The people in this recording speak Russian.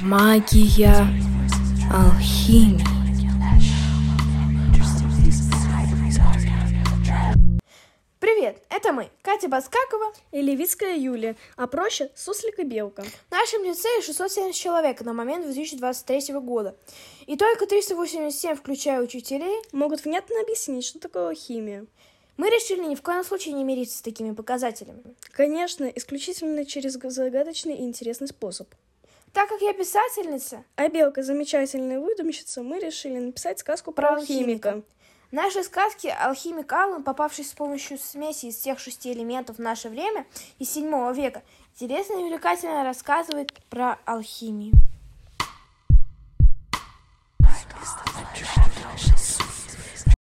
Магия алхимии. Привет, это мы, Катя Баскакова и Левицкая Юлия, а проще Суслик и Белка. В нашем лицее 670 человек на момент 2023 года. И только 387, включая учителей, могут внятно объяснить, что такое алхимия. Мы решили ни в коем случае не мириться с такими показателями. Конечно, исключительно через загадочный и интересный способ. Так как я писательница, а Белка замечательная выдумщица, мы решили написать сказку про алхимика. В нашей сказке алхимик Аллан, попавший с помощью смеси из всех 6 элементов в наше время, из 7 века, интересно и увлекательно рассказывает про алхимию.